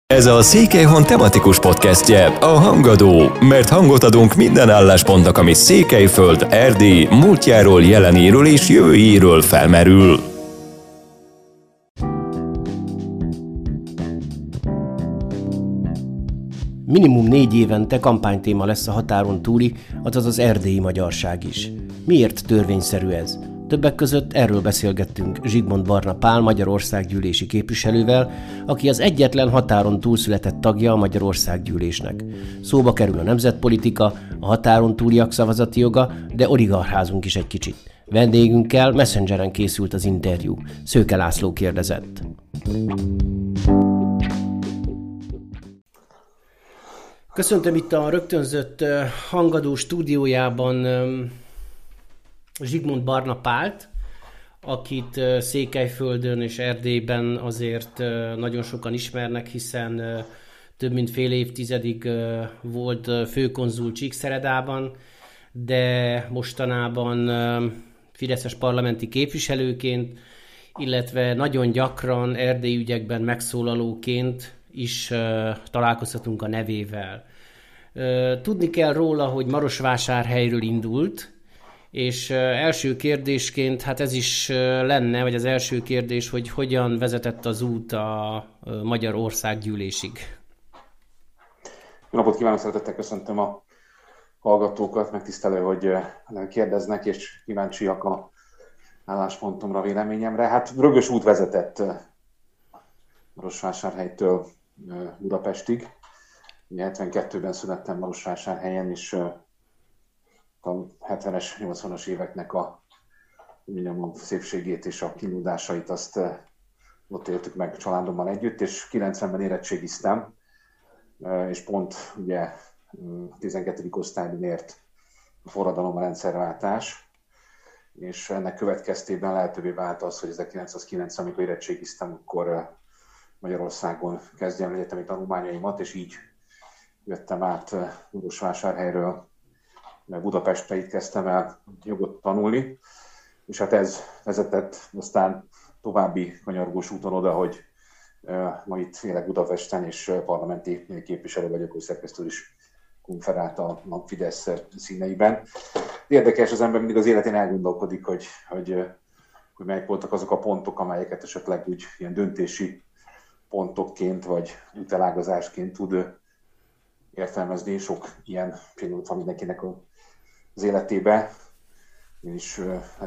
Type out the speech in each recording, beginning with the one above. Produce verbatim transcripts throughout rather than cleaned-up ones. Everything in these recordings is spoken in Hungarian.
Ez a Székelyhon tematikus podcastje, a Hangadó, mert hangot adunk minden álláspontnak, ami Székelyföld, Erdély, múltjáról, jelenéről és jövőjéről felmerül. Minimum négy évente kampánytéma lesz a határon túli, azaz az erdélyi magyarság is. Miért törvényszerű ez? Többek között erről beszélgettünk Zsigmond Barna Pál Magyarországgyűlési képviselővel, aki az egyetlen határon túlszületett tagja a Magyarországgyűlésnek. Szóba kerül a nemzetpolitika, a határon túliak szavazati joga, de oligarcházunk is egy kicsit. Vendégünkkel Messengeren készült az interjú. Szőke László kérdezett. Köszöntöm itt a rögtönzött Hangadó stúdiójában Zsigmond Barna Pált, akit Székelyföldön és Erdélyben azért nagyon sokan ismernek, hiszen több mint fél évtizedig volt főkonzul Csíkszeredában, de mostanában fideszes parlamenti képviselőként, illetve nagyon gyakran erdélyi ügyekben megszólalóként is találkozhatunk a nevével. Tudni kell róla, hogy Marosvásárhelyről indult, és első kérdésként, hát ez is lenne, vagy az első kérdés, hogy hogyan vezetett az út a Magyarországgyűlésig. Jó napot kívánok, szeretettel köszöntöm a hallgatókat, megtisztelő, hogy kérdeznek, és kíváncsiak a álláspontomra, véleményemre. Hát rögös út vezetett Marosvásárhelytől Budapestig. Ugye hetvenkettőben születtem Marosvásárhelyen, és a hetvenes, nyolcvanas éveknek a, mondjam, a szépségét és a kinyúdásait azt ott éltük meg családommal együtt, és kilencvenben érettségiztem, és pont ugye tizenkettedik osztályban ért a forradalom, a rendszerváltás, és ennek következtében lehetővé vált az, hogy ezerkilencszázkilencven, amikor érettségiztem, akkor Magyarországon kezdjem egyetemi tanulmányaimat, és így jöttem át Marosvásárhelyről Budapestre, itt kezdtem el jogot tanulni, és hát ez vezetett aztán további kanyargós úton oda, hogy ma itt élek Budapesten, és parlamenti képviselő vagyok, hogy szerkesztő is konferált a Fidesz színeiben. Érdekes, az ember mindig az életén elgondolkodik, hogy, hogy, hogy melyek voltak azok a pontok, amelyeket esetleg úgy ilyen döntési pontokként, vagy útelágazásként tud értelmezni. Sok ilyen pillanat van mindenkinek az életébe. Én is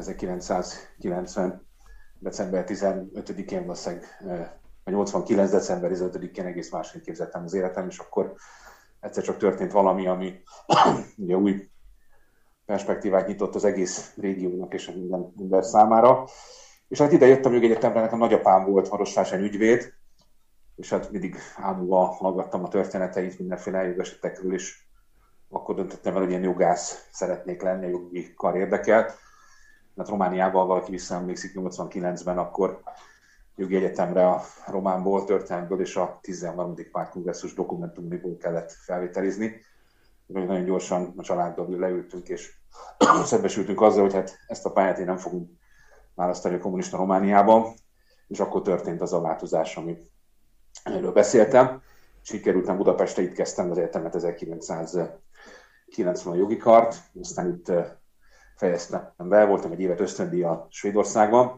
ezerkilencszázkilencven. december tizenötödikén, valószínűleg, vagy nyolcvankilenc. december tizenötödikén egész másként képzeltem az életem, és akkor egyszer csak történt valami, ami ugye új perspektívát nyitott az egész régiónak és a minden ember számára. És hát ide jöttem jogegyetemre, nekem nagyapám volt Marosvásárhelyi ügyvéd, és hát mindig ámulva hallgattam a történeteit mindenféle jogesetekről, és akkor döntöttem el, hogy én jogász szeretnék lenni, a jogi kar érdekelt. Hát Romániában valaki visszaemlékszik nyolcvankilencben, akkor jogi egyetemre a románból, történelmből és a tizenharmadik pártkongresszus dokumentumaiból kellett felvételizni. Nagyon gyorsan a családdal leültünk, és szembesültünk azzal, hogy hát ezt a pályát én nem fogom választani a kommunista Romániában, és akkor történt az a változás, ami erről beszéltem, és így kerültem Budapestre, itt kezdtem az egyetemet ezerkilencszázkilencven a jogi kart, aztán itt fejeztem be, voltam egy évet ösztöndíjjal Svédországban,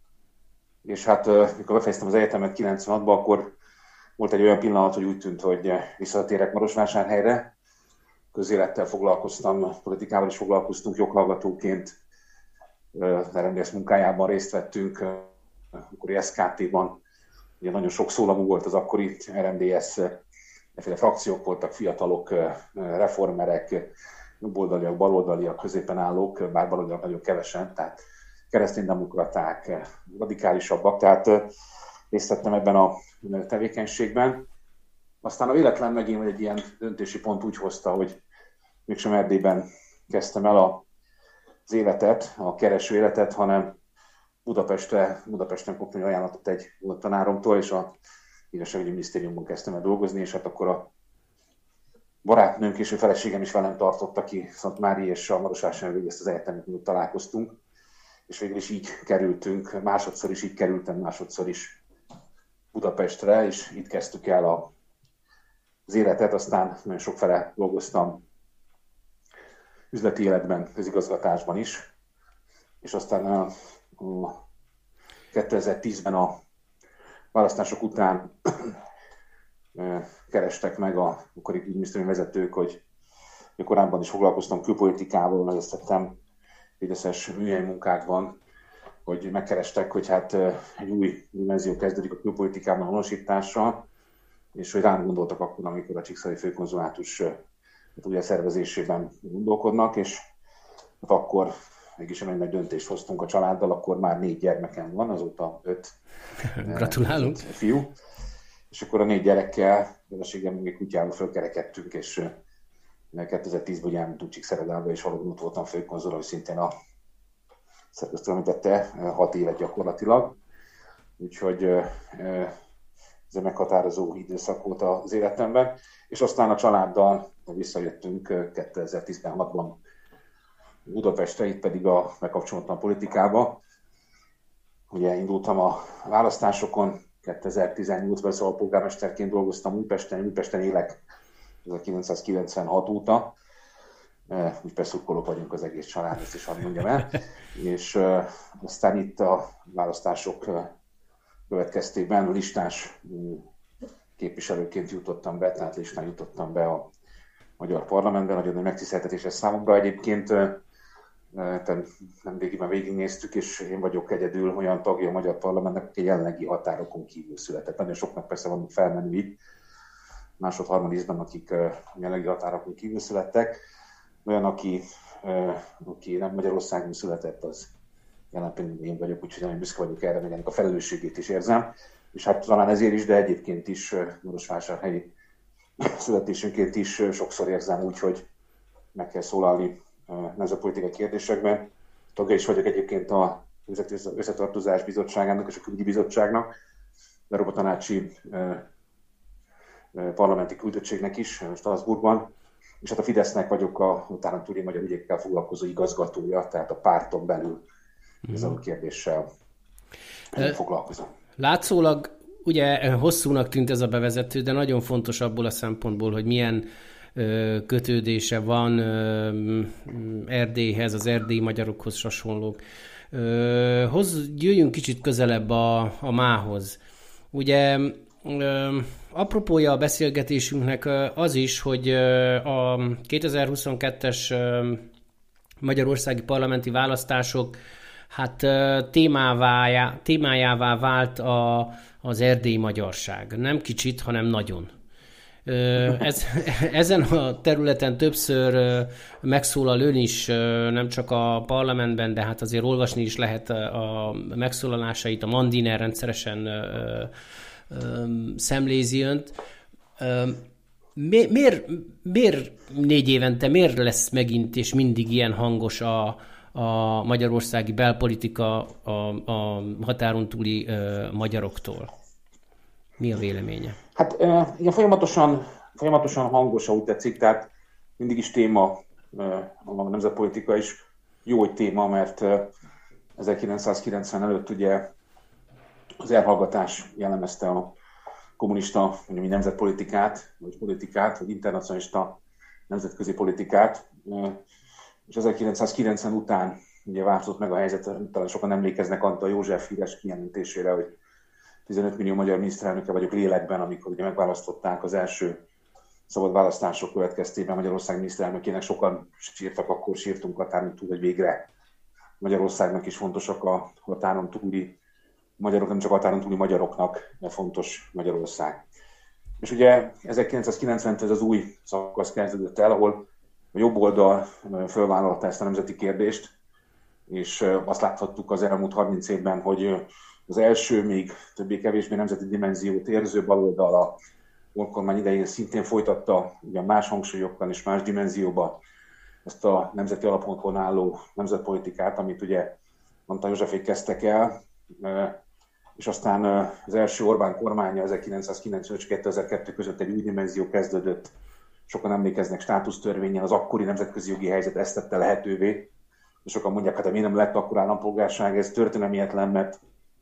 és hát mikor befejeztem az egyetemet kilencvenhatban, akkor volt egy olyan pillanat, hogy úgy tűnt, hogy visszatérek Marosvásárhelyre, közélettel foglalkoztam, politikával is foglalkoztunk, joghallgatóként az er em dé es munkájában részt vettünk, akkori es ká té-ban. Ugye nagyon sok szólamú volt az akkori er em dé es, mindenféle frakciók voltak, fiatalok, reformerek, jobboldaliak, baloldaliak, középen állók, bár baloldaliak nagyon kevesen, tehát kereszténydemokraták, radikálisabbak, tehát részt vettem ebben a tevékenységben. Aztán a véletlen megint egy ilyen döntési pont úgy hozta, hogy mégsem Erdélyben kezdtem el az életet, a kereső életet, hanem Budapestre, Budapesten kaptam egy ajánlatot egy volt tanáromtól, és a igazságügyi minisztériumban kezdtem el dolgozni, és hát akkor a barátnőnk és a feleségem is velem tartott, aki Szentmári és a Marosvásárhelyen végezte az egyetemet, mi találkoztunk, és végül is így kerültünk, másodszor is így kerültem, másodszor is Budapestre, és itt kezdtük el a az életet, aztán nagyon sokfele dolgoztam üzleti életben, közigazgatásban is, és aztán a, a kétezer-tízben a választások után kerestek meg a akkori minisztériumi vezetők, hogy korábban is foglalkoztam külpolitikával, megesztettem Fideszes műhelyi munkákban, hogy megkerestek, hogy hát egy új dimenzió kezdődik a külpolitikában a honosítással, és hogy rám gondoltak akkor, amikor a Csíkszari főkonzulátus ugye szervezésében gondolkodnak, és hát akkor mégis egy nagy döntést hoztunk a családdal, akkor már négy gyermekem van, azóta öt. Gratulálunk! Fiú. És akkor a négy gyerekkel, feleségem még kutyával fölkerekedtünk, és kétezer-tízben ugye elmentünk Csíkszeredába, és valóban ott voltam főkonzul, hogy szintén a szerkesztő említette, hat évet gyakorlatilag. Úgyhogy ez egy meghatározó időszak volt az életemben. És aztán a családdal visszajöttünk kétezer-tizenhatban Budapestre, itt pedig a, megkapcsolódtam a politikába. Ugye indultam a választásokon, kétezer-tizennyolcban szóval polgármesterként dolgoztam Újpesten, Újpesten élek ezerkilencszázkilencvenhat óta. Úgypest szurkolók vagyunk az egész család, ezt is hadd mondjam el. És uh, aztán itt a választások uh, következtében listás uh, képviselőként jutottam be, tehát listán jutottam be a magyar parlamentben. Nagyon nagy megtiszteltetés ez számomra egyébként. Uh, nem régiben végignéztük, és én vagyok egyedül olyan tagja a magyar parlamentnek, aki jelenlegi határokon kívül született. Nagyon soknak persze vannak felmenői, másod-harmad ízben, akik uh, jelenlegi határokon kívül születtek. Olyan, aki, uh, aki nem Magyarországon született, az jelen pillanatban én vagyok, úgyhogy nagyon büszke vagyok erre, meg ennek a felelősségét is érzem. És hát talán ezért is, de egyébként is uh, Marosvásárhelyi születésünként is uh, sokszor érzem úgy, hogy meg kell szólalni uh, nemzetpolitikai kérdésekben. Tagja is vagyok egyébként a Összetartozás Bizottságának és a Külügyi Bizottságnak, az Európa Tanácsi uh, uh, parlamenti küldöttségnek is Strasbourgban. És hát a Fidesznek vagyok a határon túli magyar ügyekkel foglalkozó igazgatója, tehát a párton belül ezzel a kérdéssel uh, foglalkozom. Látszólag ugye hosszúnak tűnt ez a bevezető, de nagyon fontos abból a szempontból, hogy milyen ö, kötődése van ö, Erdélyhez, az erdélyi magyarokhoz hasonlók. Ö, hoz, jöjjünk kicsit közelebb a, a mához. Ugye ö, apropója a beszélgetésünknek az is, hogy a kétezer-huszonkettes magyarországi parlamenti választások hát témává, témájává vált a, az erdélyi magyarság. Nem kicsit, hanem nagyon. Ez, ezen a területen többször megszólal ön is, nem csak a parlamentben, de hát azért olvasni is lehet a megszólalásait, a Mandiner rendszeresen szemlézi önt. Mi, miért, miért négy évente, miért lesz megint és mindig ilyen hangos a, a magyarországi belpolitika a, a határon túli uh, magyaroktól? Mi a véleménye? Hát igen, folyamatosan, folyamatosan hangos, ha úgy tetszik, tehát mindig is téma a nemzetpolitika is. Jó, hogy téma, mert ezerkilencszázkilencven előtt ugye az elhallgatás jellemezte a kommunista mondjuk, nemzetpolitikát, vagy politikát, vagy internacionalista nemzetközi politikát. És ezerkilencszázkilencven után ugye változott meg a helyzet, talán sokan emlékeznek Antal József híres kijelentésére, hogy tizenöt millió magyar miniszterelnöke vagyok lélekben, amikor ugye megválasztották az első szabad választások következtében Magyarország miniszterelnökének. Sokan sírtak, akkor sírtunk határon túl, hogy végre Magyarországnak is fontosak a határon túli magyarok, nem csak határon túli magyaroknak, de fontos Magyarország. És ugye ezerkilencszázkilencventől ez az új szakasz kezdődött el, ahol a jobb oldal fölvállalta ezt a nemzeti kérdést, és azt láthattuk az elmúlt harminc évben, hogy az első, még többé-kevésbé nemzeti dimenziót érző baloldal a volt kormány idején szintén folytatta ugyan más hangsúlyokkal és más dimenzióba ezt a nemzeti alapokon álló nemzetpolitikát, amit ugye Antal Józsefék kezdtek el, és aztán az első Orbán kormánya ezerkilencszázkilencvenöt és kétezer-kettő között egy új dimenzió kezdődött. Sokan emlékeznek státusztörvényen, az akkori nemzetközi jogi helyzet ezt tette lehetővé. És sokan mondják, hát miért nem lett akkor állampolgárság, ez történelmietlen, mert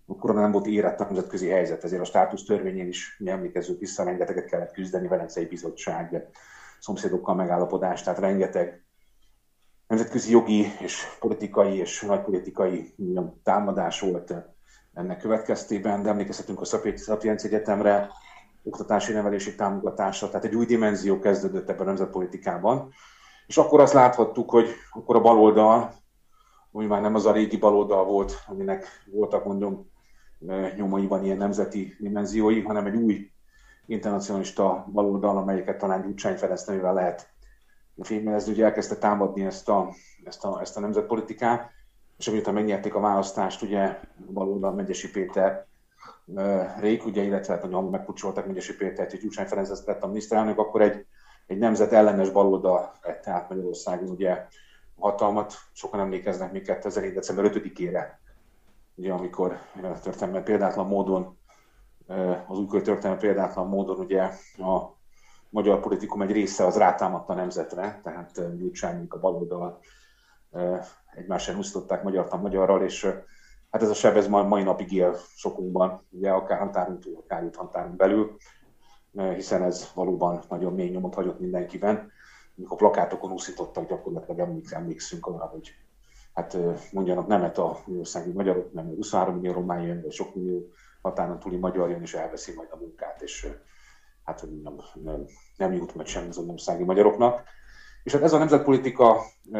akkor nem volt érett a nemzetközi helyzet, ezért a státusz törvényén is mi emlékezzük vissza, rengeteget kellett küzdeni, Velencei Bizottság, szomszédokkal megállapodás, tehát rengeteg nemzetközi jogi és politikai és nagypolitikai mondjam, támadás volt ennek következtében, de emlékezhetünk a Sapienza Egyetemre, oktatási nevelési támogatásra, tehát egy új dimenzió kezdődött ebben a nemzetpolitikában. És akkor azt láthattuk, hogy akkor a baloldal, ami már nem az a régi baloldal volt, aminek voltak mondom nyomaiban ilyen nemzeti dimenziói, hanem egy új internacionalista baloldal, amelyeket talán Gyurcsány Ferenc nevével lehet fémjelezni, ugye elkezdte támadni ezt a, ezt a, ezt a nemzetpolitikát, és miután megnyerték a választást, ugye baloldal Megyesi Péter Rék, ugye, illetve hát, hogy megpucsoltak Megyesi Pétert, és Gyurcsány Ferenc lett a miniszterelnök, akkor egy, egy nemzet ellenes baloldal vette át Magyarországon ugye a hatalmat. Sokan emlékeznek még kétezer-hét. december ötödikére, ugye, amikor történelmi példátlan módon, az újkori történelmi példátlan módon ugye a magyar politikum egy része az rátámadt a nemzetre, tehát Gyurcsányék, a baloldal egymásra úszították magyart a magyarral, és hát ez a seb ez mai napig él sokunkban, ugye akár határon túl, akár itt határon belül, hiszen ez valóban nagyon mély nyomot hagyott mindenkiben. Amikor plakátokon úszítottak, gyakorlatilag emlékszünk arra, hogy hát mondjanak nemet a országi magyarok, nem huszonhárom millió román jön, vagy sok millió határon túli magyar jön, és elveszi majd a munkát, és hát nem, nem, nem jut meg semmi az országi magyaroknak. És hát ez a nemzetpolitika,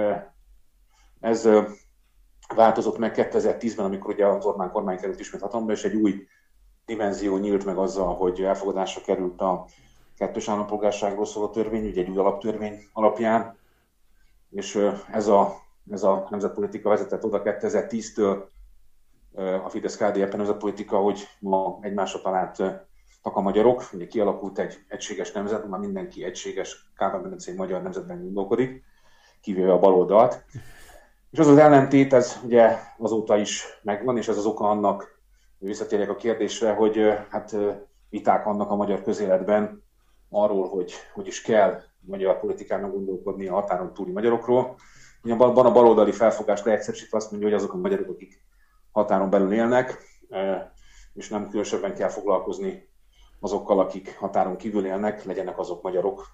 ez változott meg kétezer-tízben, amikor ugye az Orbán kormány került ismét hatalomba, és egy új dimenzió nyílt meg azzal, hogy elfogadásra került a kettős állampolgárságról szóló törvény, ugye egy új alaptörvény alapján, és ez a, ez a nemzetpolitika vezetett oda kétezer-tíztől a Fidesz-ká dé en pé nemzetpolitika, hogy ma egymásra találtak a magyarok, ugye kialakult egy egységes nemzet, már mindenki egységes Kárpát-medencei magyar nemzetben gondolkodik, kivéve a baloldalt. És az az ellentét, ez ugye azóta is megvan, és ez az oka annak, hogy visszatérjek a kérdésre, hogy hát viták vannak a magyar közéletben arról, hogy hogy is kell a magyar politikának gondolkodni a határon túli magyarokról. Ugye a baloldali felfogás leegyszerűsítve azt mondja, hogy azok a magyarok, akik határon belül élnek, és nem különösebben kell foglalkozni azokkal, akik határon kívül élnek, legyenek azok magyarok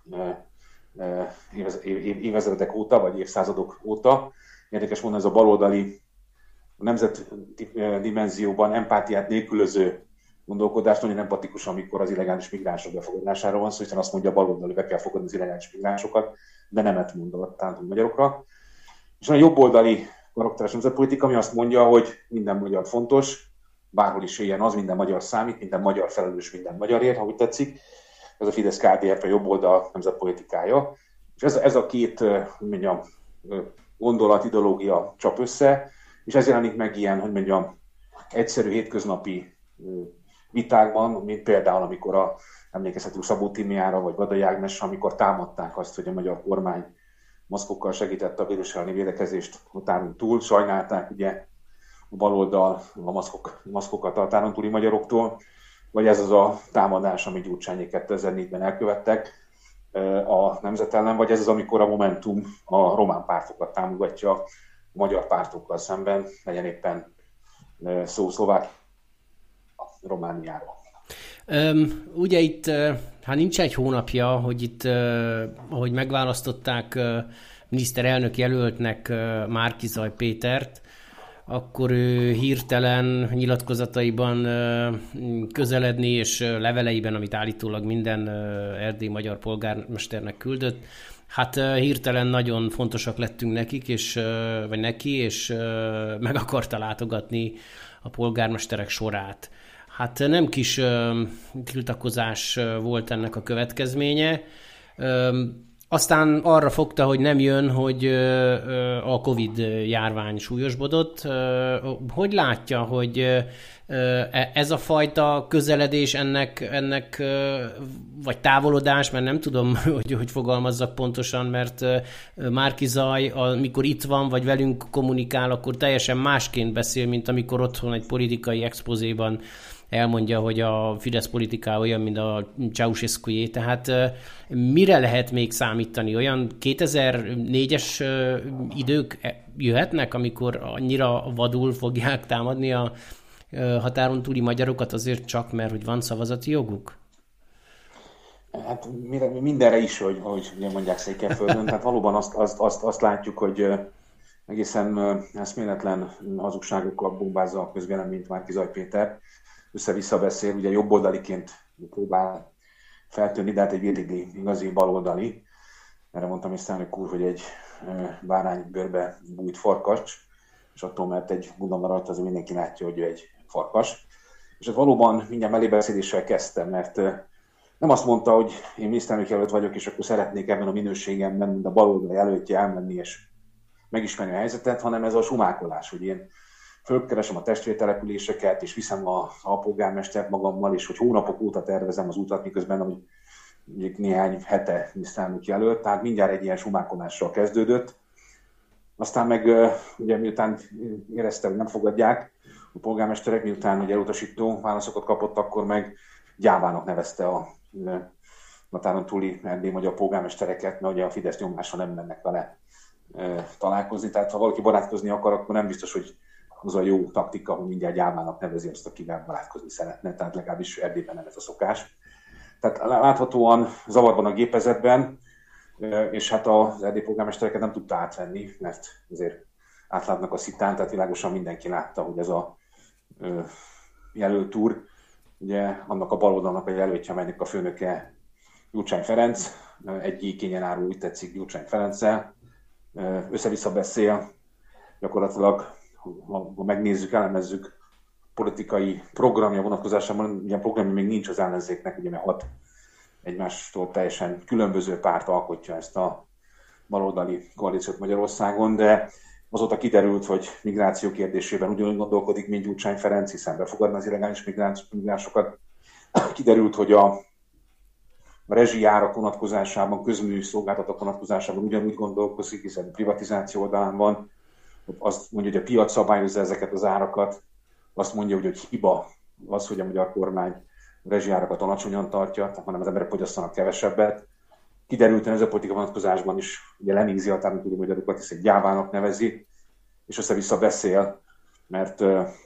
évezredek óta, vagy évszázadok óta. Érdekes mondani, ez a baloldali a nemzet dimenzióban empátiát nélkülöző gondolkodás nagyon empatikus, amikor az illegális migránsok befogadására van szó, hiszen azt mondja a baloldali, be kell fogadni az illegális migránsokat, de nemet mondott a magyarokra. És van a jobboldali karakteres nemzetpolitika, ami azt mondja, hogy minden magyar fontos, bárhol is éljen az, minden magyar számít, minden magyar felelős minden magyarért, ha úgy tetszik. Ez a Fidesz-ká dé en pé jobboldal nemzetpolitikája. És ez, ez a két mondjam, gondolat, ideológia csap össze, és ez jelenik meg ilyen, hogy mondjam, egyszerű hétköznapi vitákban, mint például, amikor a, emlékezhetünk Szabó Tímeára, vagy Vadai Ágnesra, amikor támadták azt, hogy a magyar kormány maszkokkal segítette a vírus elleni védekezést határon túl, sajnálták ugye a baloldal a maszkok, maszkokat a határon túli magyaroktól, vagy ez az a támadás, amit Gyurcsányék kétezer-négyben elkövettek a nemzet ellen, vagy ez az, amikor a Momentum a román pártokat támogatja a magyar pártokkal szemben, legyen éppen szó szlovák Romániáról. Um, ugye itt, hát nincs egy hónapja, hogy itt, uh, ahogy megválasztották uh, miniszterelnök jelöltnek uh, Márki-Zay Pétert, akkor ő hirtelen nyilatkozataiban uh, közeledni, és uh, leveleiben, amit állítólag minden uh, erdélyi magyar polgármesternek küldött, hát uh, hirtelen nagyon fontosak lettünk nekik, és, uh, vagy neki, és uh, meg akarta látogatni a polgármesterek sorát. Hát nem kis uh, tiltakozás uh, volt ennek a következménye. Uh, aztán arra fogta, hogy nem jön, hogy uh, a Covid járvány súlyosbodott. Uh, hogy látja, hogy uh, ez a fajta közeledés ennek, ennek uh, vagy távolodás, mert nem tudom, hogy, hogy fogalmazzak pontosan, mert uh, Márki-Zay, amikor itt van, vagy velünk kommunikál, akkor teljesen másként beszél, mint amikor otthon egy politikai expozéban elmondja, hogy a Fidesz politiká olyan, mint a Ceausescu-jé. Tehát mire lehet még számítani? Olyan kétezer-négyes idők jöhetnek, amikor annyira vadul fogják támadni a határon túli magyarokat azért csak, mert hogy van szavazati joguk? Hát mindenre is, hogy, hogy mondják Székelyföldön. Tehát valóban azt, azt, azt, azt látjuk, hogy egészen eszméletlen hazugságokkal bombázza a közvéleményt Márki-Zay Péter. Össze-vissza beszél, ugye jobboldaliként próbál feltűnni, de hát egy védigi, igazi baloldali. Erre mondtam is elnök úr, hogy egy báránybőrbe bújt farkas, és attól, mert egy bunda maradt, azért mindenki látja, hogy ő egy farkas. És ez valóban mindjárt mellébeszéléssel kezdtem, mert nem azt mondta, hogy én miniszterelnök jelölt vagyok, és akkor szeretnék ebben a minőségemben, mint a baloldali jelöltje elmenni és megismerni a helyzetet, hanem ez a sumákolás, hogy én fölkeresem a testvértelepüléseket, és viszem a alpolgármestert magammal, és hogy hónapok óta tervezem az utat, miközben hogy néhány hete miniszterelnök jelölt, tehát mindjárt egy ilyen sumákolással kezdődött. Aztán meg ugye miután érezte, hogy nem fogadják a polgármesterek, miután ugye elutasító válaszokat kapott, akkor meg gyávának nevezte a határon túli erdélyi magyar polgármestereket, mert ugye a Fidesz nyomásra nem mennek vele találkozni. Tehát ha valaki barátkozni akar, akkor nem biztos, hogy az a jó taktika, hogy mindjárt gyávának nevezi azt, akivel barátkozni szeretne. Tehát legalábbis Erdélyben nem ez a szokás. Tehát láthatóan zavarban a gépezetben, és hát az erdélyi polgármestereket nem tudta átvenni, mert azért átlátnak a szitán, tehát világosan mindenki látta, hogy ez a jelölt úr, ugye annak a baloldalnak a jelöltje, amelynek a főnöke Gyurcsány Ferenc, egy gyékényen árul, úgy tetszik Gyurcsány Ferenccel, össze-vissza beszél, gyakorlatilag, ha, ha megnézzük, elemezzük politikai programja vonatkozásában, ilyen programja még nincs az ellenzéknek, ugye mert hat egymástól teljesen különböző párt alkotja ezt a baloldali koalíciót Magyarországon, de azóta kiderült, hogy migráció kérdésében ugyanúgy gondolkodik, mint Gyurcsány Ferenc, hiszen befogadna az illegális migránsokat. Kiderült, hogy a rezsijárak vonatkozásában, közmű szolgáltatók vonatkozásában ugyanúgy gondolkozik, hiszen privatizáció oldalán van. Azt mondja, hogy a piac szabályozza ezeket az árakat. Azt mondja, hogy, hogy hiba az, hogy a magyar kormány a rezsijárakat alacsonyan tartja, hanem az emberek fogyasszanak kevesebbet. Kiderült, hogy ez a politika vonatkozásban is ugye lenézi a határon túli magyarokat, hiszen gyávának nevezi, és össze-vissza beszél, mert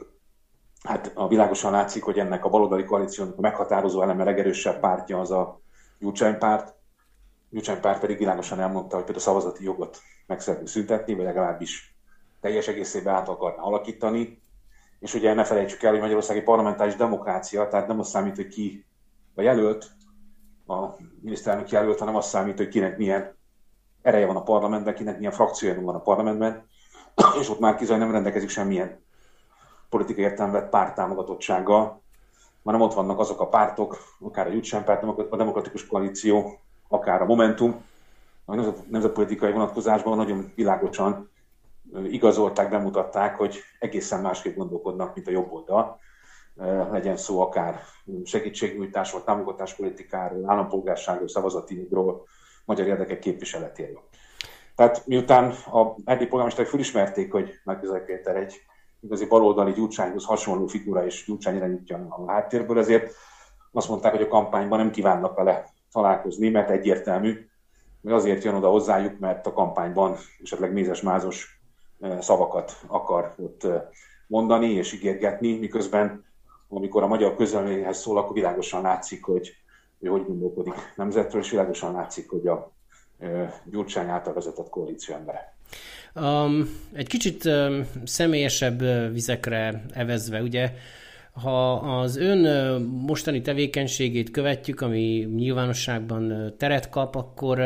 hát a világosan látszik, hogy ennek a baloldali koalíciónak a meghatározó eleme, legerősebb pártja az a Gyurcsány párt. Gyurcsány párt pedig világosan elmondta, hogy például a szavazati jogot meg szeretné szüntetni, vagy legalábbis teljes egészében át akarná alakítani. És ugye ne felejtsük el, hogy Magyarországi parlamentáris demokrácia, tehát nem az számít, hogy ki a jelölt, a miniszterelnök jelölt, hanem az számít, hogy kinek milyen ereje van a parlamentben, kinek milyen frakciója van a parlamentben, és ott Márki-Zay nem rendelkezik semmilyen politikai értelemben párttámogatottsággal, hanem ott vannak azok a pártok, akár a Gyurcsány párt, a Demokratikus Koalíció, akár a Momentum, a nemzetpolitikai vonatkozásban nagyon világosan igazolták, bemutatták, hogy egészen másképp gondolkodnak, mint a jobb oldal. Legyen szó akár segítségnyújtásról, támogatáspolitikáról, állampolgárságról, szavazati jogról, magyar érdekek képviseletéről. Tehát miután a erdélyi polgármesterek felismerték, hogy Márki-Zay Péter egy igazi baloldali Gyurcsányhoz hasonló figura, és Gyurcsány irányítja a háttérből, ezért azt mondták, hogy a kampányban nem kívánnak vele találkozni, mert egyértelmű, hogy azért jön oda hozzájuk, mert a kampányban esetleg mézes-mázos szavakat akar ott mondani és ígérgetni, miközben amikor a magyar közvéleményhez szól, akkor világosan látszik, hogy ő hogy gondolkodik nemzetről, és világosan látszik, hogy a Gyurcsány által vezetett koalíció embere. Um, egy kicsit um, személyesebb vizekre evezve, ugye, ha az ön mostani tevékenységét követjük, ami nyilvánosságban teret kap, akkor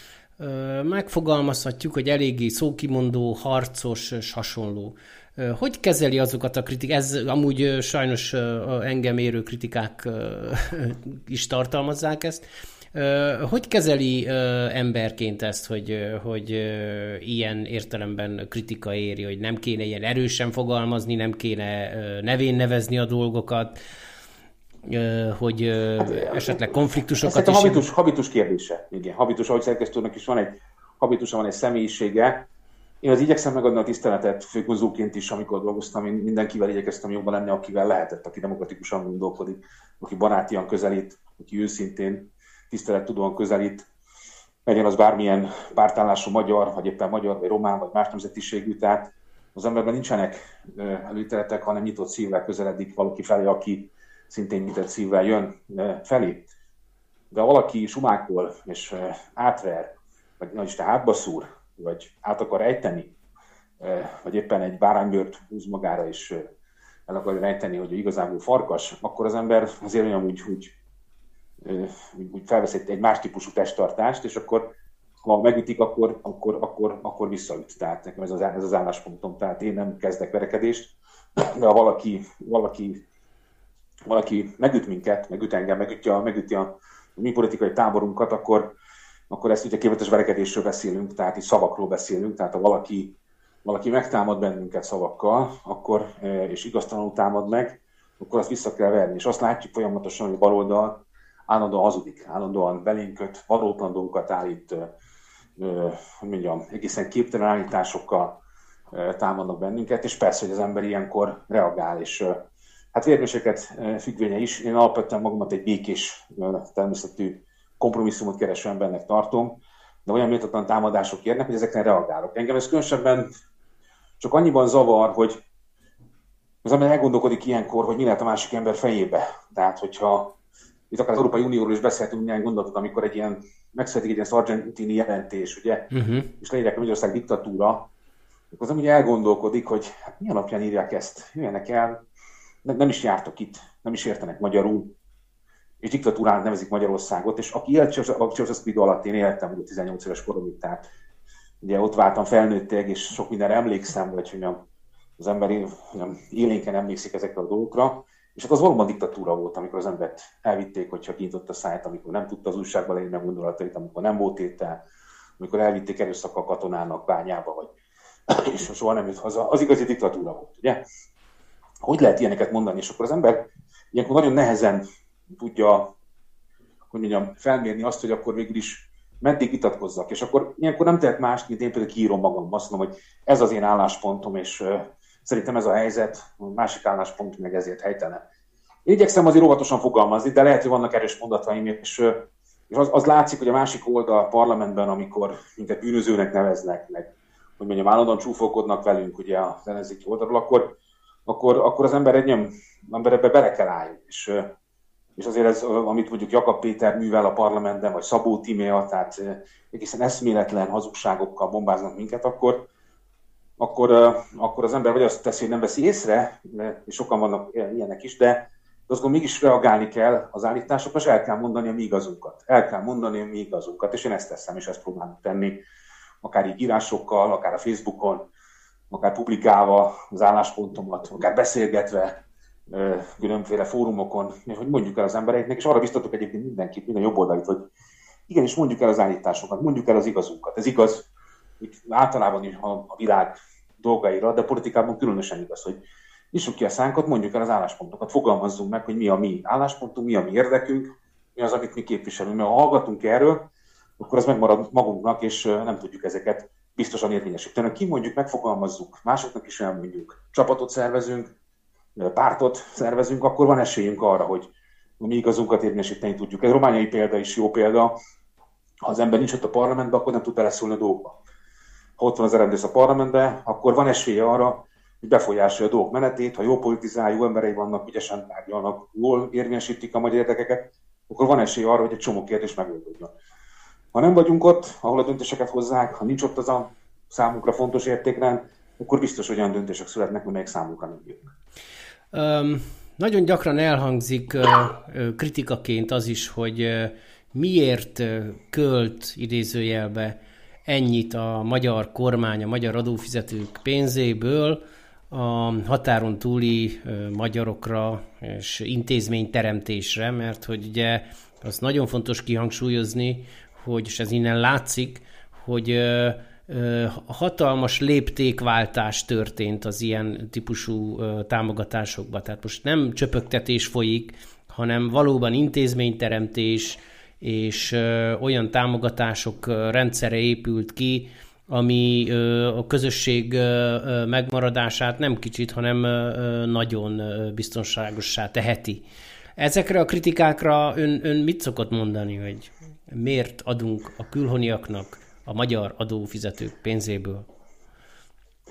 uh, megfogalmazhatjuk, hogy eléggé szókimondó, harcos és hasonló. Hogy kezeli azokat a kritikát? Ez amúgy sajnos engem érő kritikák is tartalmazzák ezt. Hogy kezeli emberként ezt, hogy, hogy ilyen értelemben kritika éri, hogy nem kéne ilyen erősen fogalmazni, nem kéne nevén nevezni a dolgokat, hogy hát, esetleg konfliktusokat is... Ez a habitus, habitus kérdése. Igen, habitus, ahogy szerkesztőnek is van egy habitusa, van egy személyisége. Én az igyekszem megadni a tiszteletet főkonzulként is, amikor dolgoztam, én mindenkivel igyekeztem jobban lenni, akivel lehetett, aki demokratikusan gondolkodik, aki barátian közelít, aki őszintén tisztelettudóan közelít, legyen az bármilyen pártállású magyar, vagy éppen magyar, vagy román, vagy más nemzetiségű, tehát az emberben nincsenek előítéletek, hanem nyitott szívvel közeledik valaki felé, aki szintén nyitott szívvel jön felé. De ha valaki sumákol és átver, vagy nagy Isten hátba szúr, vagy át akar ejteni, vagy éppen egy báránybőrt húz magára, és el akarja rejteni, hogy igazából farkas, akkor az ember azért olyan úgy, úgy, úgy, úgy felvesz egy más típusú testtartást, és akkor ha megütik, akkor, akkor, akkor, akkor visszaüt. Tehát nekem ez az, ez az álláspontom. Tehát én nem kezdek verekedést, de ha valaki, valaki, valaki megüt minket, megüt engem, megüti a, megüti a mi politikai táborunkat, akkor, akkor ezt ugye képletes verekedésről beszélünk, tehát itt szavakról beszélünk, tehát ha valaki, valaki megtámad bennünket szavakkal, akkor, és igaztalanul támad meg, akkor azt vissza kell verni. És azt látjuk folyamatosan, hogy a baloldal állandóan hazudik, állandóan belénköt, valótlan dolgokat állít, hogy mondjam, egészen képtelen állításokkal támadnak bennünket, és persze, hogy az ember ilyenkor reagál, és hát vérméseket függvénye is. Én alapvetően magamat egy békés természetű kompromisszumot kereső embernek tartom, de olyan méltatlan támadások érnek, hogy ezekre reagálok. Engem ez különösebben csak annyiban zavar, hogy az ember elgondolkodik ilyenkor, hogy mi lehet a másik ember fejébe. Tehát, hogyha itt akár az Európai Unióról is beszéltünk néhány gondolatot, amikor egy ilyen, megszületik egy ilyen szargentini jelentés, ugye, uh-huh. és leírják a Magyarország diktatúra, akkor az ember ugye elgondolkodik, hogy hát mi alapján írják ezt, jöjjenek el, nem is jártok itt, nem is értenek magyarul, és diktatúrának nevezik Magyarországot, és aki élt Ceausescu alatt, én éltem, ugye tizennyolc éves koromig, tehát ugye ott váltam felnőttig, és sok mindenre emlékszem, vagy hogy az ember élénken emlékszik ezekre a dolgokra, és hát az valóban diktatúra volt, amikor az embert elvitték, hogyha kinyitott a szájt, amikor nem tudta az újságba leírni a gondolatait, amikor nem volt étel, amikor elvitték erőszakkal katonának bányába, vagy és soha nem jött haza, az igazi diktatúra volt, ugye? Hogy lehet ilyeneket mondani? És akkor az ember ilyenkor nagyon nehezen tudja, hogy mondjam, felmérni azt, hogy akkor végül is meddig vitatkozzak. És akkor ilyenkor nem tehet más, mint én például kiírom magam. Azt mondom, hogy ez az én álláspontom, és uh, szerintem ez a helyzet, a másik álláspont meg ezért helytelen. Én igyekszem azért óvatosan fogalmazni, de lehet, hogy vannak erős mondataim, és, uh, és az, az látszik, hogy a másik oldal a parlamentben, amikor minket bűnözőnek neveznek, meg hogy mondjam, állandóan csúfolkodnak velünk ugye a ellenzéki oldalról, akkor, akkor, akkor az ember egy nem, ember ebbe bele kell állni. És, uh, és azért ez, amit mondjuk Jakab Péter művel a parlamentben, vagy Szabó Tímea, tehát egészen eszméletlen hazugságokkal bombáznak minket, akkor, akkor, akkor az ember vagy azt teszi, hogy nem veszi észre, és sokan vannak ilyenek is, de azt gondolom, mégis reagálni kell az állításokra, és el kell mondani a mi igazunkat. El kell mondani a mi igazunkat, és én ezt teszem, és ezt próbálom tenni, akár így írásokkal, akár a Facebookon, akár publikálva az álláspontomat, akár beszélgetve, különféle fórumokon, hogy mondjuk el az embereknek, és arra biztatok egyébként mindenkit, minden jobboldalit, hogy igenis mondjuk el az állításokat, mondjuk el az igazunkat. Ez igaz, hogy általában is a világ dolgaira, de politikában különösen igaz, hogy nyissuk ki a szánkat, mondjuk el az álláspontokat, fogalmazzunk meg, hogy mi a mi álláspontunk, mi a mi érdekünk, mi az, amit mi képviselünk. Mert ha hallgatunk erről, akkor az megmarad magunknak, és nem tudjuk ezeket biztosan érvényesíteni. Kimondjuk, megfogalmazzuk, másoknak is elmondjuk, csapatot szervezünk, pártot szervezünk, akkor van esélyünk arra, hogy mi igazunkat érvényesíteni tudjuk. Ez romániai példa is jó példa. Ha az ember nincs ott a parlamentben, akkor nem tud beleszólni a dolgokba. Ha ott van az erendész a parlamentben, akkor van esélye arra, hogy befolyásolja a dolgok menetét, ha jó politizál, jó emberei vannak, ügyesen tárgyalnak, jól érvényesítik a magyar érdekeket, akkor van esélye arra, hogy egy csomó kérdés megoldódjon. Ha nem vagyunk ott, ahol a döntéseket hozzák, ha nincs ott az a számunkra fontos értékrend, akkor biztos olyan döntések születnek, amelyek számunkra nem bírnak. Um, nagyon gyakran elhangzik uh, uh, kritikaként az is, hogy uh, miért uh, költ idézőjelbe ennyit a magyar kormány, a magyar adófizetők pénzéből a határon túli uh, magyarokra és intézményteremtésre, mert hogy ugye az nagyon fontos kihangsúlyozni, hogy, és ez innen látszik, hogy uh, hatalmas léptékváltás történt az ilyen típusú támogatásokban. Tehát most nem csöpögtetés folyik, hanem valóban intézményteremtés és olyan támogatások rendszere épült ki, ami a közösség megmaradását nem kicsit, hanem nagyon biztonságossá teheti. Ezekre a kritikákra ön, ön mit szokott mondani, hogy miért adunk a külhoniaknak a magyar adófizetők pénzéből?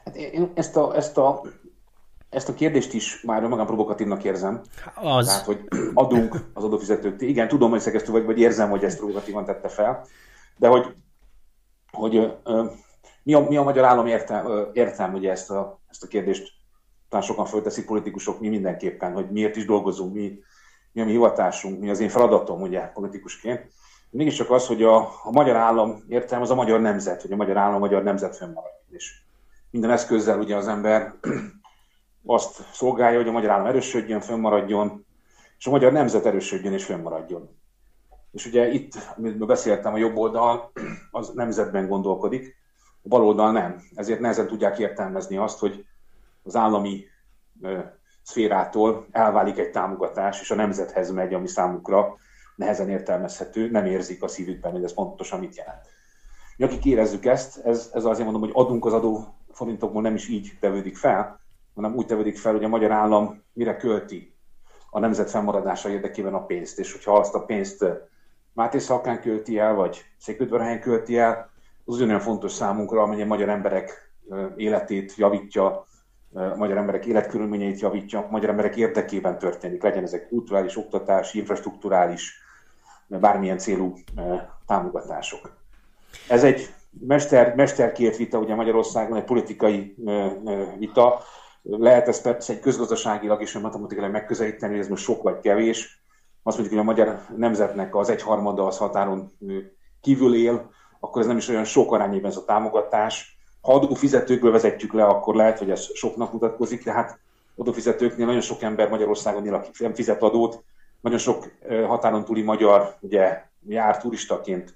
Hát én ezt a, ezt a, ezt a kérdést is már magam provokatívnak érzem. Az. Tehát, hogy adunk az adófizetők. Igen, tudom, hogy ezt vagy, vagy érzem, hogy ezt provokatívan tette fel, de hogy, hogy mi, a, mi a magyar állam értem, értem ugye ezt a, ezt a kérdést talán sokan fölteszik politikusok, mi mindenképpen, hogy miért is dolgozunk, mi, mi a mi hivatásunk, mi az én feladatom ugye politikusként. Mégiscsak az, hogy a, a magyar állam értelme az a magyar nemzet, hogy a magyar állam a magyar nemzet fönnmarad. És minden eszközzel ugye az ember azt szolgálja, hogy a magyar állam erősödjön, fönnmaradjon, és a magyar nemzet erősödjön és fönnmaradjon. És ugye itt, amiről beszéltem, a jobb oldal az nemzetben gondolkodik, a bal oldal nem. Ezért nehezen tudják értelmezni azt, hogy az állami ö, szférától elválik egy támogatás, és a nemzethez megy, ami számukra nehezen értelmezhető, nem érzik a szívükben, hogy ez pontosan mit jelent. Mi, akik érezzük ezt, ez, ez azért mondom, hogy adunk az adóforintokból nem is így tevődik fel, hanem úgy tevődik fel, hogy a magyar állam mire költi a nemzet fennmaradása érdekében a pénzt. És hogyha azt a pénzt Máté Szalkán költi el, vagy Székelyudvarhelyen költi el, az ugyanolyan fontos számunkra, amely a magyar emberek életét javítja, a magyar emberek életkörülményeit javítja, a magyar emberek érdekében történik, legyen ezek kulturális, oktatási, infrastrukturális, bármilyen célú támogatások. Ez egy mester, mesterkért vita ugye Magyarországon, egy politikai vita. Lehet ezt persze egy közgazdaságilag és matematikailag megközelíteni, hogy ez most sok vagy kevés. Azt mondjuk, hogy a magyar nemzetnek az egyharmada az határon kívül él, akkor ez nem is olyan sok arányében ez a támogatás. Ha adófizetőkből vezetjük le, akkor lehet, hogy ez soknak mutatkozik, de hát adófizetőknél nagyon sok ember Magyarországon él, aki nem fizet adót. Nagyon sok határon túli magyar ugye, jár turistaként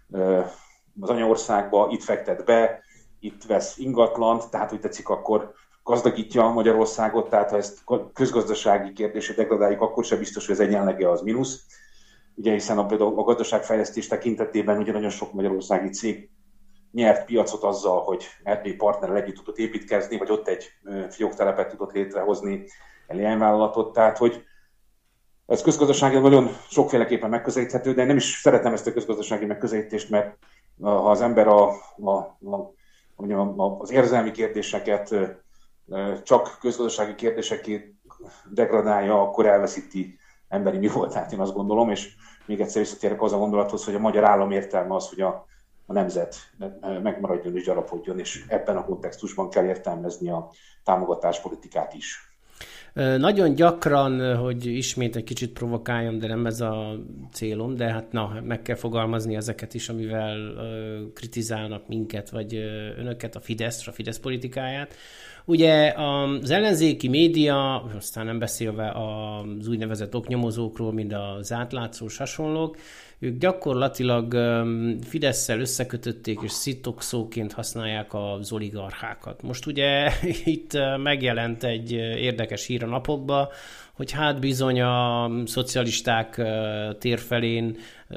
az anyaországba, itt fektet be, itt vesz ingatlant, tehát hogy tetszik, akkor gazdagítja Magyarországot, tehát ha ezt közgazdasági kérdésre degradáljuk, akkor sem biztos, hogy ez egyenlege az mínusz. Ugye hiszen a, például a gazdaságfejlesztés tekintetében ugye nagyon sok magyarországi cég nyert piacot azzal, hogy Erdély partnerrel együtt tudott építkezni, vagy ott egy fióktelepet tudott létrehozni, egy leányvállalatot, tehát hogy ez közgazdaságilag nagyon sokféleképpen megközelíthető, de én nem is szeretem ezt a közgazdasági megközelítést, mert ha az ember a, a, a, a, az érzelmi kérdéseket csak közgazdasági kérdésekké degradálja, akkor elveszíti emberi mi voltát, én azt gondolom, és még egyszer visszatérek az a gondolathoz, hogy a magyar állam értelme az, hogy a, a nemzet megmaradjon és gyarapodjon, és ebben a kontextusban kell értelmezni a támogatáspolitikát is. Nagyon gyakran, hogy ismét egy kicsit provokáljam, de nem ez a célom, de hát na, meg kell fogalmazni ezeket is, amivel uh, kritizálnak minket, vagy uh, önöket, a Fidesz, a Fidesz politikáját. Ugye az ellenzéki média, aztán nem beszélve az úgynevezett oknyomozókról, mint az átlátszós hasonlók, ők gyakorlatilag Fidesszel összekötötték, és szitokszóként használják az oligarchákat. Most ugye itt megjelent egy érdekes hír a napokban, hogy hát bizony a szocialisták térfelén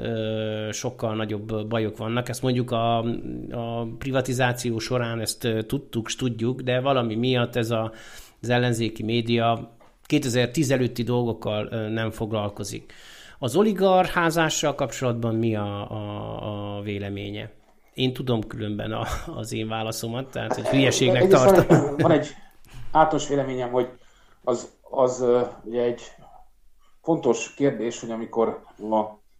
sokkal nagyobb bajok vannak. Ezt mondjuk a, a privatizáció során ezt tudtuk, s tudjuk, de valami miatt ez a, az ellenzéki média kétezer-tíz előtti dolgokkal nem foglalkozik. Az oligarcházással kapcsolatban mi a, a, a véleménye? Én tudom különben a, az én válaszomat, tehát hogy hülyeségnek egy, tartom. Van egy, van egy általános véleményem, hogy az, az ugye egy fontos kérdés, hogy amikor a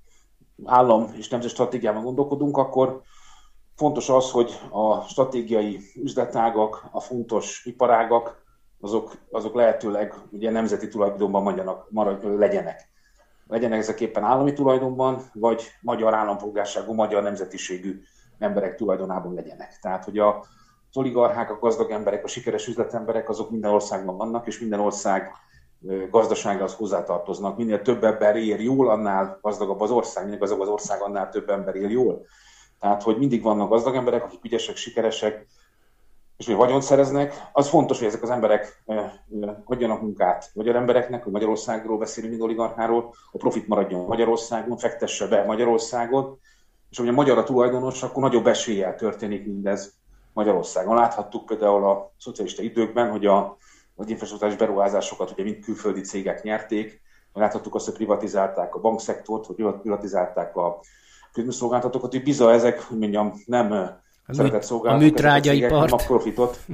állam és nemzeti stratégiában gondolkodunk, akkor fontos az, hogy a stratégiai üzletágak, a fontos iparágak, azok, azok lehetőleg ugye nemzeti tulajdonban maradjanak, marad, legyenek. Legyenek ezek éppen állami tulajdonban, vagy magyar állampolgárságú, magyar nemzetiségű emberek tulajdonában legyenek. Tehát, hogy a, az oligarchák, a gazdag emberek, a sikeres üzletemberek, azok minden országban vannak, és minden ország gazdaságához hozzátartoznak. Minél több ember él jól, annál gazdagabb az ország, minél gazdagabb az ország, annál több ember él jól. Tehát, hogy mindig vannak gazdag emberek, akik ügyesek, sikeresek, és hogy vagyont szereznek, az fontos, hogy ezek az emberek adjanak munkát magyar embereknek, hogy Magyarországról beszélünk, mint oligarcháról, a profit maradjon Magyarországon, fektesse be Magyarországon, és hogy a magyar a tulajdonos, akkor nagyobb eséllyel történik mindez Magyarországon. Láthattuk például a szocialista időkben, hogy a, az infrastruktúrális beruházásokat ugye mind külföldi cégek nyerték, láthattuk azt, hogy privatizálták a bankszektort, hogy privatizálták a közműszolgáltatókat, hogy bizony ezek, hogy mondjam, nem a műtrágyaipart. A profitot.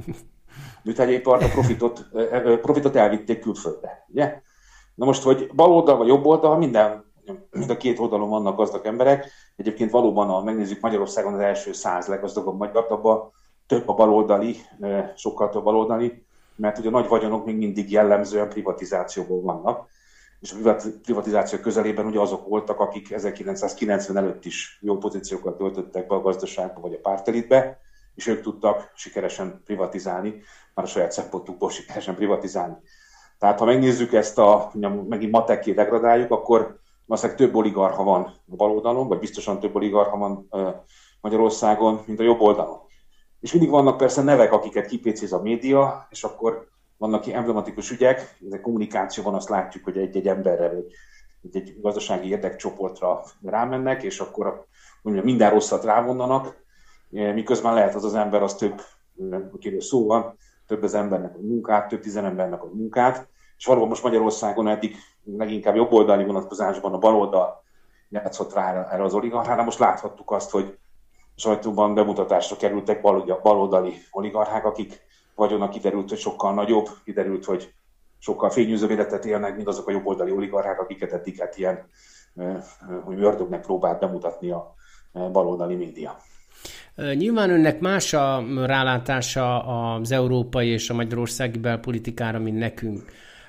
műtrágyaipart, a profitot, profitot elvitték külföldre. Ugye? Na most, hogy bal oldal vagy jobb oldal, minden, mind a két oldalon vannak gazdag emberek. Egyébként valóban, ha megnézzük Magyarországon az első száz leggazdagabb magyar, abban több a baloldali, sokkal több baloldali, mert ugye a nagy vagyonok még mindig jellemzően privatizációból vannak. És a privatizáció közelében ugye azok voltak, akik ezerkilencszázkilencven előtt is jó pozíciókat töltöttek be a gazdaságba vagy a pártelitbe, és ők tudtak sikeresen privatizálni, már a saját szempontukból sikeresen privatizálni. Tehát ha megnézzük ezt a, megint matekké degradáljuk, akkor valószínűleg több oligarcha van a bal oldalon, vagy biztosan több oligarcha van Magyarországon, mint a jobb oldalon. És mindig vannak persze nevek, akiket kipécéz a média, és akkor vannak emblematikus ügyek, ez a kommunikációban azt látjuk, hogy egy-egy emberre, vagy egy gazdasági érdekcsoportra rámennek, és akkor mondjuk minden rosszat rávonnanak, miközben lehet az az ember, az több, akiről szó van, több az embernek a munkát, több tizen embernek a munkát, és valóban most Magyarországon eddig leginkább jobboldali vonatkozásban a baloldal játszott rá erre az oligarchára. Most láthattuk azt, hogy sajtóban bemutatásra kerültek baloldali oligarchák, akik vagyona kiderült, hogy sokkal nagyobb, kiderült, hogy sokkal fényűzőbb életet élnek, mint azok a jobboldali oligarchák, akiket eddig hát ilyen, hogy ördögnek próbált bemutatni a baloldali média. Nyilván önnek más a rálátása az európai és a magyarországi belpolitikára, mint nekünk.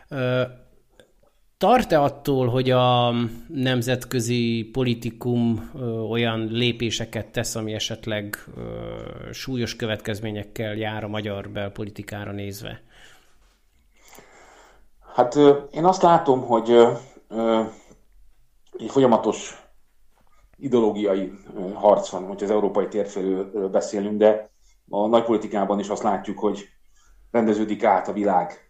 Tart-e attól, hogy a nemzetközi politikum olyan lépéseket tesz, ami esetleg súlyos következményekkel jár a magyar belpolitikára nézve? Hát én azt látom, hogy egy folyamatos ideológiai harc van, hogy az európai térféről beszélünk, de a nagypolitikában is azt látjuk, hogy rendeződik át a világ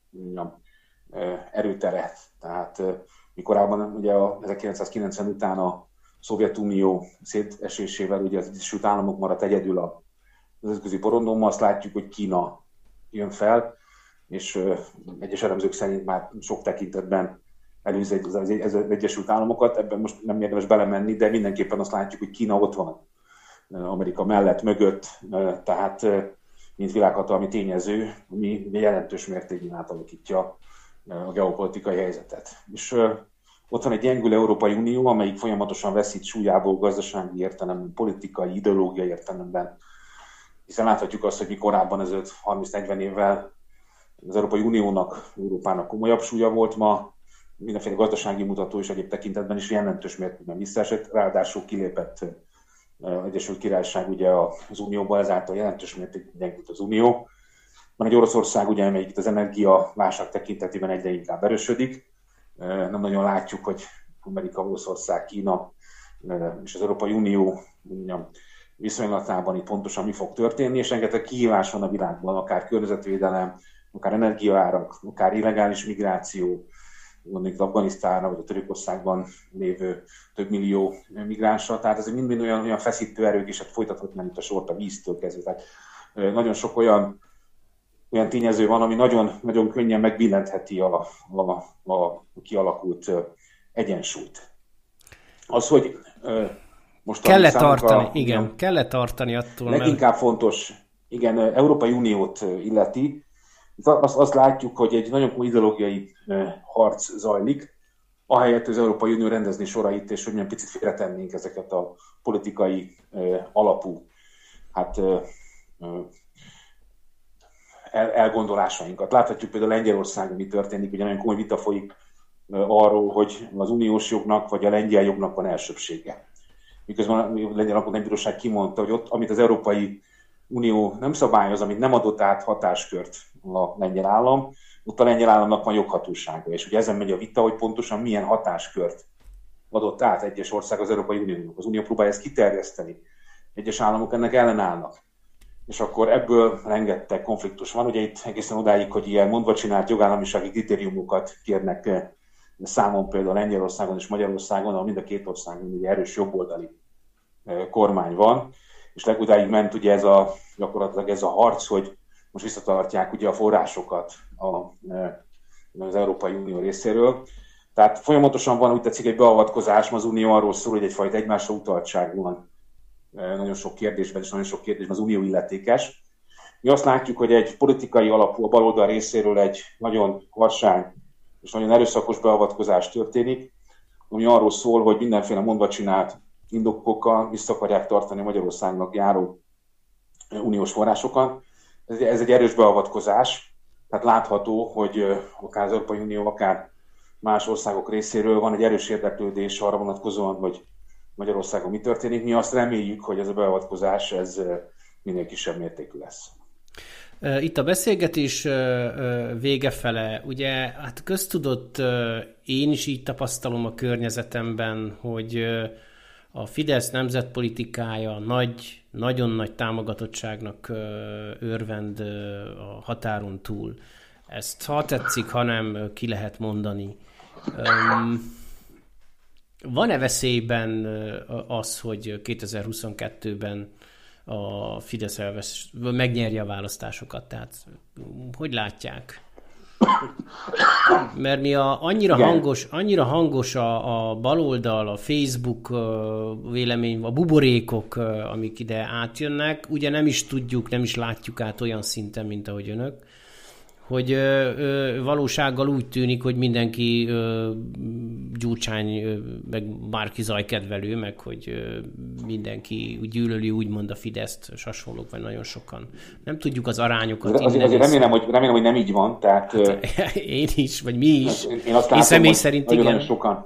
erőtere. Tehát mikorában ugye a ezerkilencszázkilencven után a Szovjetunió szétesésével ugye az Egyesült Államok maradt egyedül a nemzetközi porondon, azt látjuk, hogy Kína jön fel, és egyes elemzők szerint már sok tekintetben előzi az Egyesült Államokat, ebben most nem érdemes belemenni, de mindenképpen azt látjuk, hogy Kína ott van Amerika mellett, mögött, tehát mint világhatalmi tényező, ami jelentős mértékben átalakítja a geopolitikai helyzetet. És ott van egy gyengülő Európai Unió, amelyik folyamatosan veszít súlyából gazdasági értelemben, politikai, ideológiai értelemben, hiszen láthatjuk azt, hogy mi korábban ezelőtt harminc-negyven évvel az Európai Uniónak, Európának komolyabb súlya volt, ma mindenféle gazdasági mutató és egyéb tekintetben is jelentős mértékben visszaesett, ráadásul kilépett az Egyesült Királyság ugye az Unióba, ezáltal jelentős mértékben gyengült az Unió. Van egy Oroszország, ugye, amelyik itt az energiaválság tekintetében egyre inkább erősödik. Nem nagyon látjuk, hogy Amerika, Oroszország, Kína és az Európai Unió viszonylatában itt pontosan mi fog történni, és rengeteg kihívás van a világban, akár környezetvédelem, akár energiaárak, akár illegális migráció, mondjuk Afganisztánra vagy a Törökországban lévő több millió migránsra. Tehát ez mind-mind olyan, olyan feszítő erők, és hát folytathatnánk itt a sort a víztől kezdve. Tehát nagyon sok olyan, olyan tényező van, ami nagyon, nagyon könnyen megbillentheti a, a, a kialakult egyensúlyt. Az, hogy most kell-e tartani, igen, kell-e tartani attól, leginkább mert... fontos, igen, Európai Uniót illeti. Azt, azt látjuk, hogy egy nagyon komoly ideológiai harc zajlik, ahelyett az Európai Unió rendezni sorait, és hogy milyen picit félretennénk ezeket a politikai alapú hát, el, elgondolásainkat. Láthatjuk például Lengyelországon, mi történik, ugye nagyon komoly vita folyik arról, hogy az uniós jognak vagy a lengyel jognak van elsőbsége. Miközben a Lengyel Alkotmánybíróság kimondta, hogy ott, amit az Európai Unió nem szabályoz, amit nem adott át hatáskört a lengyel állam, ott a lengyel államnak van joghatósága. És ugye ezen megy a vita, hogy pontosan milyen hatáskört adott át egyes ország az Európai Uniónak. Az Unió próbálja ezt kiterjeszteni. Egyes államok ennek ellenállnak. És akkor ebből rengeteg konfliktus van. Ugye itt egészen odáig, hogy ilyen mondva csinált jogállamisági kritériumokat kérnek számon például Lengyelországon és Magyarországon, ahol mind a két országban ugye erős jobboldali kormány van. És legutáig ment ugye ez a, gyakorlatilag ez a harc, hogy most visszatartják ugye a forrásokat a, az Európai Unió részéről. Tehát folyamatosan van, úgy tetszik, egy beavatkozás, az Unió arról szól, hogy egyfajta egymásra utaltság van nagyon sok kérdésben, és nagyon sok kérdésben az Unió illetékes. Mi azt látjuk, hogy egy politikai alapú a baloldal részéről egy nagyon harsány és nagyon erőszakos beavatkozás történik, ami arról szól, hogy mindenféle mondva csinált indokokkal vissza akarják tartani Magyarországnak járó uniós forrásokat. Ez, ez egy erős beavatkozás, tehát látható, hogy akár az Európai Unió, akár más országok részéről van egy erős érdeklődés arra vonatkozóan, hogy Magyarországon mi történik. Mi azt reméljük, hogy ez a beavatkozás ez minél kisebb mértékű lesz. Itt a beszélgetés vége fele, ugye hát köztudott, én is így tapasztalom a környezetemben, hogy a Fidesz nemzetpolitikája nagy, nagyon nagy támogatottságnak örvend a határon túl. Ezt ha tetszik, ha nem, ki lehet mondani. Van-e veszélyben az, hogy kétezer-huszonkettőben a Fidesz elvesz, megnyerje a választásokat? Tehát hogy látják? Mert mi a, annyira, hangos, annyira hangos a, a baloldal, a Facebook vélemény, a buborékok, amik ide átjönnek, ugye nem is tudjuk, nem is látjuk át olyan szinten, mint ahogy önök, hogy ö, ö, valósággal úgy tűnik, hogy mindenki ö, Gyurcsány, ö, meg Márki-Zay kedvelő, meg hogy ö, mindenki gyűlöli úgymond a Fideszt, és hasonlók, vagy nagyon sokan. Nem tudjuk az arányokat. Azért, azért remélem, hogy, remélem, hogy nem így van. Tehát, hát, én is, vagy mi is. Én, én, azt látom, én személy szerint nagyon, igen. Nagyon sokan,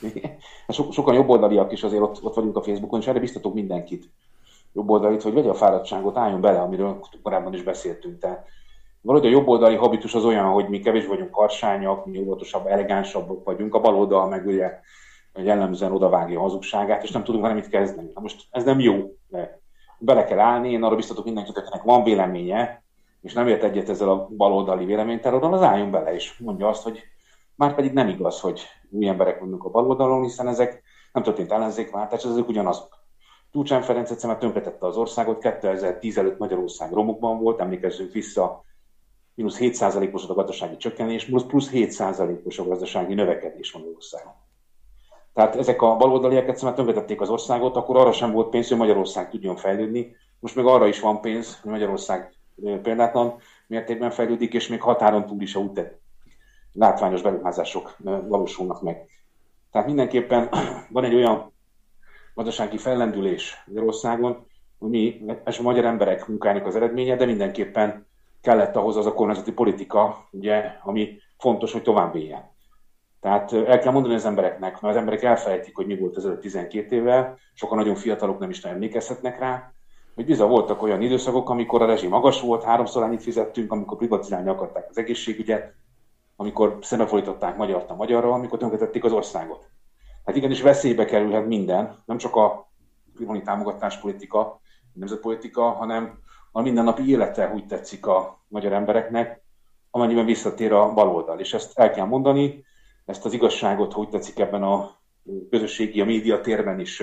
so, sokan jobboldaliak is azért ott, ott vagyunk a Facebookon, és erre biztatok mindenkit jobboldalit, hogy vegye a fáradtságot, álljon bele, amiről korábban is beszéltünk. Tehát valahogy a jobboldali habitus az olyan, hogy mi kevés vagyunk harsányak, mi óvatosabb, elegánsabbak vagyunk, a baloldal meg ugye jellemzően odavágja a hazugságát, és nem tudunk vele mit kezdeni. Na most ez nem jó, de bele kell állni, én arra biztatok mindenkit, akinek van véleménye, és nem ért egyet ezzel a baloldali véleményterrorral, az álljon bele, és mondja azt, hogy már pedig nem igaz, hogy új emberek vannak a baloldalon, hiszen ezek nem történt ellenzékváltás, ezek ugyanazok. Gyurcsány Ferenc egyszerűen tönkretette az országot, kétezer-tíz előtt Magyarország romokban volt, emlékezzünk vissza, mínusz hét százalékos a gazdasági csökkenés, plusz, plusz hét százalékos a gazdasági növekedés Magyarországon. Tehát ezek a baloldaliak egyszerűen tönkretették az országot, akkor arra sem volt pénz, hogy Magyarország tudjon fejlődni. Most meg arra is van pénz, hogy Magyarország példátlan mértékben fejlődik, és még határon túl is a úgy látványos beruházások valósulnak meg. Tehát mindenképpen van egy olyan gazdasági fellendülés Magyarországon, hogy mi, és a magyar emberek munkájának az eredménye, de mindenképpen kellett ahhoz az a kormányzati politika, ugye, ami fontos, hogy tovább éljen. Tehát el kell mondani az embereknek, mert az emberek elfelejtik, hogy mi volt ezelőtt tizenkét évvel, sokan nagyon fiatalok nem is emlékezhetnek rá, hogy bizony voltak olyan időszakok, amikor a rezsi magas volt, háromszor annyit fizettünk, amikor privatizálni akarták az egészségügyet, amikor szembefordították magyart a magyarral, amikor tönkretették az országot. Hát igenis veszélybe kerülhet minden, nem csak a külhoni támogatáspolitika, a nemzetpolitika, hanem a mindennapi élete úgy tetszik a magyar embereknek, amennyiben visszatér a baloldal. És ezt el kell mondani, ezt az igazságot, hogy tetszik ebben a közösségi, a média térben is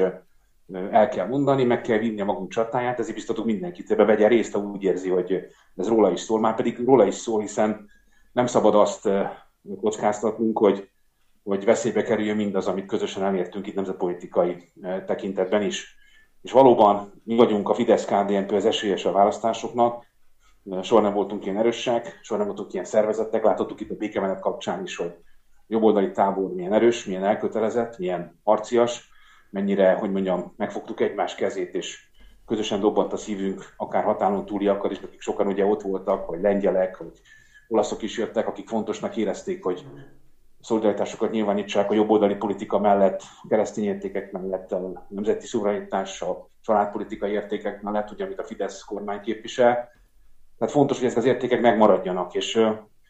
el kell mondani, meg kell vinni a magunk csatáját, ezért biztatok mindenkit, ebbe vegye részt, ha úgy érzi, hogy ez róla is szól. Már pedig róla is szól, hiszen nem szabad azt kockáztatnunk, hogy, hogy veszélybe kerüljön mindaz, amit közösen elértünk itt nemzetpolitikai tekintetben is. És valóban mi vagyunk a Fidesz-ká dé en pé az esélyes a választásoknak, soha nem voltunk ilyen erősek, soha nem voltunk ilyen szervezettek, láthattuk itt a békemenet kapcsán is, hogy jobboldali tábor milyen erős, milyen elkötelezett, milyen harcias, mennyire, hogy mondjam, megfogtuk egymás kezét, és közösen dobbant a szívünk, akár határon túliakkal is, akik sokan ugye ott voltak, vagy lengyelek, vagy olaszok is jöttek, akik fontosnak érezték, hogy szolidaritásokat nyilvánítsák a jobboldali politika mellett, a keresztény értékek mellett, a nemzeti szuverenitás, a családpolitikai értékek mellett, ugye, amit a Fidesz kormány képvisel. Tehát fontos, hogy ezek az értékek megmaradjanak, és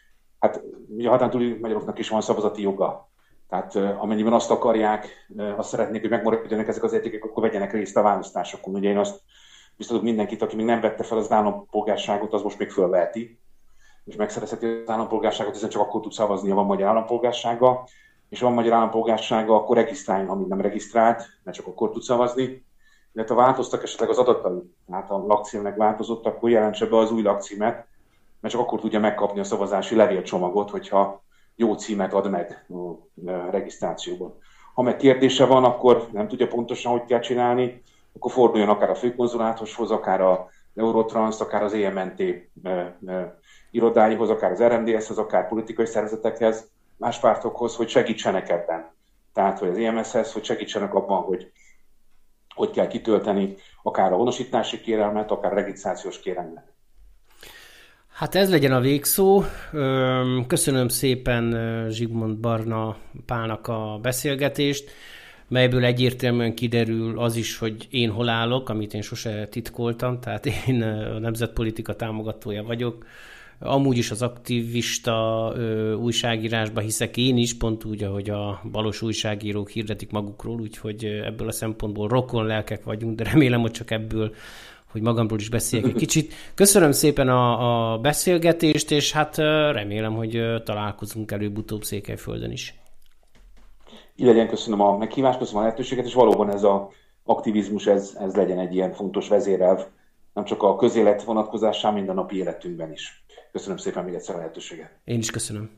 hát ugye a határon túli magyaroknak is van szavazati joga. Tehát amennyiben azt akarják, azt szeretnék, hogy megmaradjanak ezek az értékek, akkor vegyenek részt a választásokon. Ugye én azt biztatok mindenkit, aki még nem vette fel az állampolgárságot, az most még fölveheti, és megszerezheti az állampolgárságot, hiszen csak akkor tud szavazni, ha van magyar állampolgársága, és van magyar állampolgársága, akkor regisztráljon, ha még nem regisztrált, mert csak akkor tud szavazni. Illetve ha változtak esetleg az adatai, tehát a lakcímnek változott, akkor jelentse be az új lakcímet, mert csak akkor tudja megkapni a szavazási levélcsomagot, hogyha jó címet ad meg a regisztrációban. Ha meg kérdése van, akkor nem tudja pontosan, hogy kell csinálni, akkor forduljon akár a főkonzulátoshoz, akár a Eurotrans, akár az é em en té irodáihoz, akár az er em dé eszhez, akár politikai szervezetekhez, más pártokhoz, hogy segítsenek ebben. Tehát, hogy az é em es-hez, hogy segítsenek abban, hogy hogy kell kitölteni akár a honosítási kérelmet, akár a regisztrációs kérelmet. Hát ez legyen a végszó. Köszönöm szépen Zsigmond Barna Pálnak a beszélgetést, melyből egyértelműen kiderül az is, hogy én hol állok, amit én sose titkoltam, tehát én a nemzetpolitika támogatója vagyok. Amúgy is az aktivista ö, újságírásba hiszek én is, pont úgy, ahogy a balos újságírók hirdetik magukról, úgyhogy ebből a szempontból rokon lelkek vagyunk, de remélem, hogy csak ebből, hogy magamról is beszéljek egy kicsit. Köszönöm szépen a, a beszélgetést, és hát remélem, hogy találkozunk előbb-utóbb Székelyföldön is. Így legyen, köszönöm a meghívást, köszönöm a lehetőséget, és valóban ez az aktivizmus, ez, ez legyen egy ilyen fontos vezérelv, nem csak a közélet vonatkozásán, minden napi életünkben is. Köszönöm szépen még egyszer a lehetőséget. Én is köszönöm.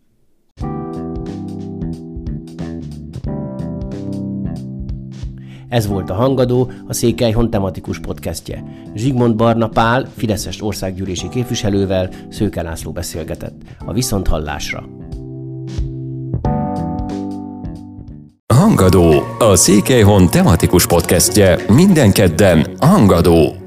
Ez volt a Hangadó, a Székelyhon tematikus podcastje. Zsigmond Barna Pál, fideszes országgyűlési képviselővel Szőke László beszélgetett. A viszonthallásra. Hangadó, a Székelyhon tematikus podcastje minden kedden Hangadó.